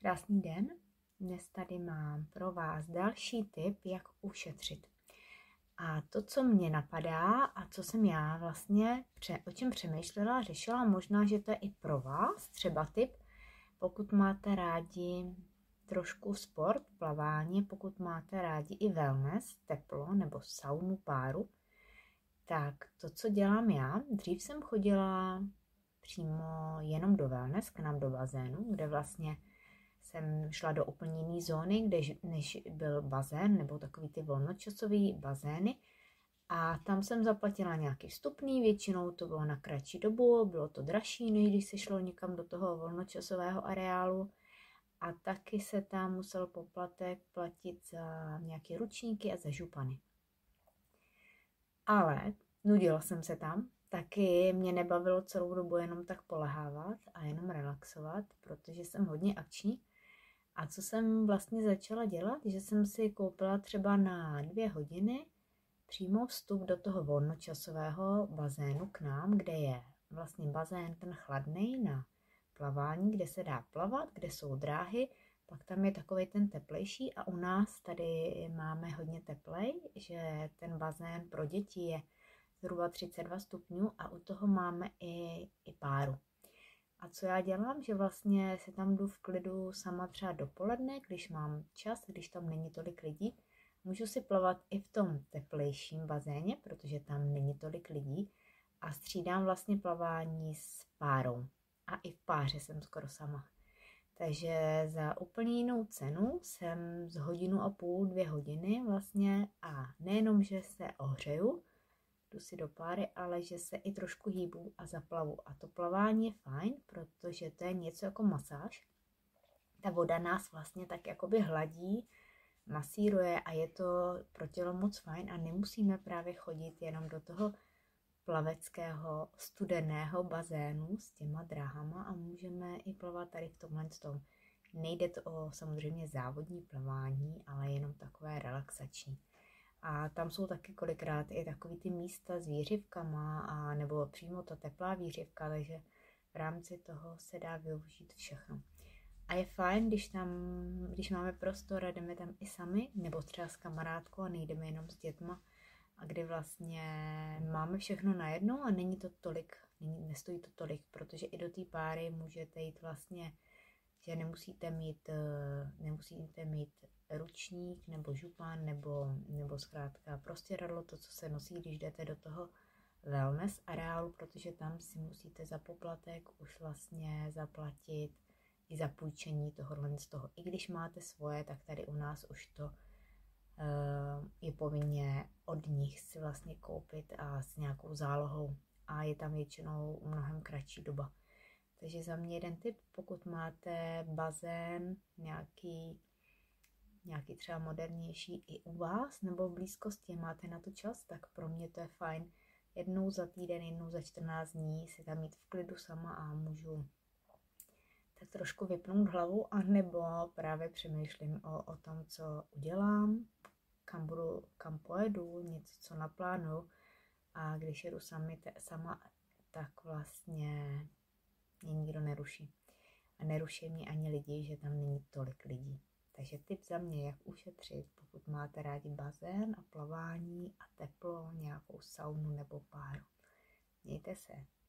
Krásný den, dnes tady mám pro vás další tip, jak ušetřit. A to, co mě napadá a co jsem já vlastně o čem přemýšlela, řešila, možná, že to je i pro vás třeba tip, pokud máte rádi trošku sport, plavání, pokud máte rádi i wellness, teplo nebo saunu, páru, tak to, co dělám já, dřív jsem chodila přímo jenom do wellness, k nám do bazénu, kde vlastně jsem šla do úplně jiné zóny, než byl bazén, nebo takový ty volnočasový bazény. A tam jsem zaplatila nějaký vstupný, většinou to bylo na kratší dobu, bylo to dražší, než když se šlo někam do toho volnočasového areálu. A taky se tam musel poplatek platit za nějaké ručníky a za župany. Ale nudila jsem se tam, taky mě nebavilo celou dobu jenom tak polehávat a jenom relaxovat, protože jsem hodně akční. A co jsem vlastně začala dělat, že jsem si koupila třeba na 2 hodiny přímo vstup do toho volnočasového bazénu k nám, kde je vlastně bazén ten chladný na plavání, kde se dá plavat, kde jsou dráhy, pak tam je takovej ten teplejší a u nás tady máme hodně teplej, že ten bazén pro děti je zhruba 32 stupňů a u toho máme i páru. A co já dělám, že vlastně se tam jdu v klidu sama třeba dopoledne, když mám čas, když tam není tolik lidí. Můžu si plavat i v tom teplejším bazéně, protože tam není tolik lidí a střídám vlastně plavání s párou. A i v páře jsem skoro sama. Takže za úplně jinou cenu jsem z 1,5 hodiny, 2 hodiny vlastně a nejenom, že se ohřeju, jdu si do páry, ale že se i trošku hýbu a zaplavu. A to plavání je fajn, protože to je něco jako masáž. Ta voda nás vlastně tak jakoby hladí, masíruje a je to pro tělo moc fajn a nemusíme právě chodit jenom do toho plaveckého studeného bazénu s těma dráhama a můžeme i plavat tady v tomhle tom. Nejde to o samozřejmě závodní plavání, ale jenom takové relaxační. A tam jsou taky kolikrát i takový ty místa s výřivkama a nebo přímo ta teplá výřivka, takže v rámci toho se dá využít všechno. A je fajn, když máme prostor a jdeme tam i sami, nebo třeba s kamarádkou a nejdeme jenom s dětma, a kdy vlastně máme všechno najednou a není to tolik, nestojí to tolik, protože i do té páry můžete jít vlastně, že nemusíte mít ručník nebo župan nebo zkrátka prostěradlo, to, co se nosí, když jdete do toho wellness areálu, protože tam si musíte za poplatek už vlastně zaplatit i za půjčení tohohle z toho. I když máte svoje, tak tady u nás už to je povinně od nich si vlastně koupit a s nějakou zálohou a je tam většinou mnohem kratší doba. Takže za mě jeden tip, pokud máte bazén nějaký třeba modernější i u vás nebo v blízkosti, máte na to čas, tak pro mě to je fajn. Jednou za týden, jednou za 14 dní si tam jít v klidu sama a můžu tak trošku vypnout hlavu, anebo právě přemýšlím o tom, co udělám, kam pojedu, něco, co naplánuju. A když jedu sama, tak vlastně mě nikdo neruší. A neruší mě ani lidi, že tam není tolik lidí. Takže tip za mě, jak ušetřit, pokud máte rádi bazén a plavání a teplo, nějakou saunu nebo páru. Mějte se.